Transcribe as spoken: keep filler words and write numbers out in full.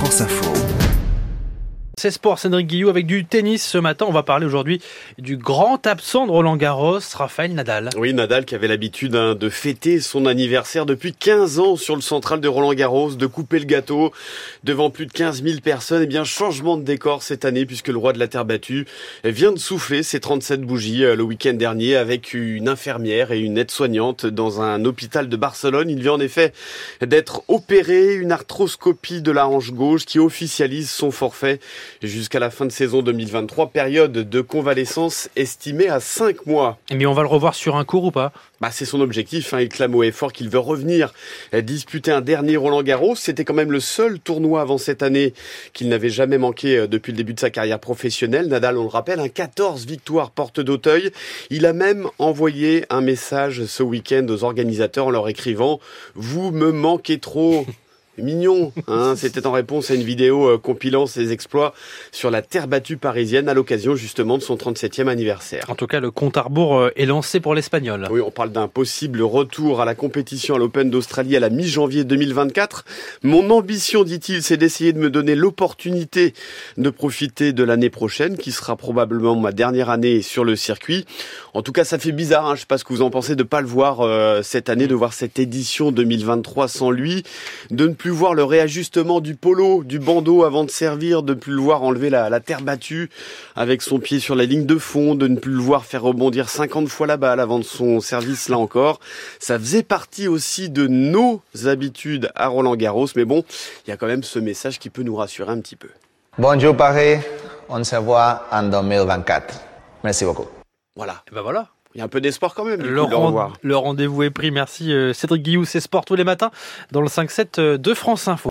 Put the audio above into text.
France Info. C'est Sport, Cédric Guillou avec du tennis. Ce matin, on va parler aujourd'hui du grand absent de Roland-Garros, Rafael Nadal. Oui, Nadal qui avait l'habitude hein, de fêter son anniversaire depuis quinze ans sur le central de Roland-Garros, de couper le gâteau devant plus de quinze mille personnes. Eh bien, changement de décor cette année puisque le roi de la terre battue vient de souffler ses trente-sept bougies le week-end dernier avec une infirmière et une aide-soignante dans un hôpital de Barcelone. Il vient en effet d'être opéré, une arthroscopie de la hanche gauche qui officialise son forfait jusqu'à la fin de saison deux mille vingt-trois, période de convalescence estimée à cinq mois. Mais on va le revoir sur un court ou pas ? Bah, c'est son objectif, hein. Il clame haut et fort qu'il veut revenir disputer un dernier Roland-Garros. C'était quand même le seul tournoi avant cette année qu'il n'avait jamais manqué depuis le début de sa carrière professionnelle. Nadal, on le rappelle, un quatorze victoires porte d'Auteuil. Il a même envoyé un message ce week-end aux organisateurs en leur écrivant « Vous me manquez trop ». Mignon, hein, c'était en réponse à une vidéo euh, compilant ses exploits sur la terre battue parisienne à l'occasion justement de son trente-septième anniversaire. En tout cas, le compte à rebours euh, est lancé pour l'Espagnol. Oui, on parle d'un possible retour à la compétition à l'Open d'Australie à la mi-janvier deux mille vingt-quatre. Mon ambition, dit-il, c'est d'essayer de me donner l'opportunité de profiter de l'année prochaine, qui sera probablement ma dernière année sur le circuit. En tout cas, ça fait bizarre, hein, je ne sais pas ce que vous en pensez, de ne pas le voir euh, cette année, de voir cette édition deux mille vingt-trois sans lui, de ne plus voir le réajustement du polo, du bandeau avant de servir, de ne plus le voir enlever la, la terre battue avec son pied sur la ligne de fond, de ne plus le voir faire rebondir cinquante fois la balle avant de son service là encore. Ça faisait partie aussi de nos habitudes à Roland-Garros, mais bon, il y a quand même ce message qui peut nous rassurer un petit peu. Bonjour Paris, on se voit en deux mille vingt-quatre. Merci beaucoup. Voilà. Et ben voilà. Il y a un peu d'espoir quand même. Le, rend- le rendez-vous est pris. Merci euh, Cédric Guillou, c'est Sport tous les matins dans le cinq sept de France Info.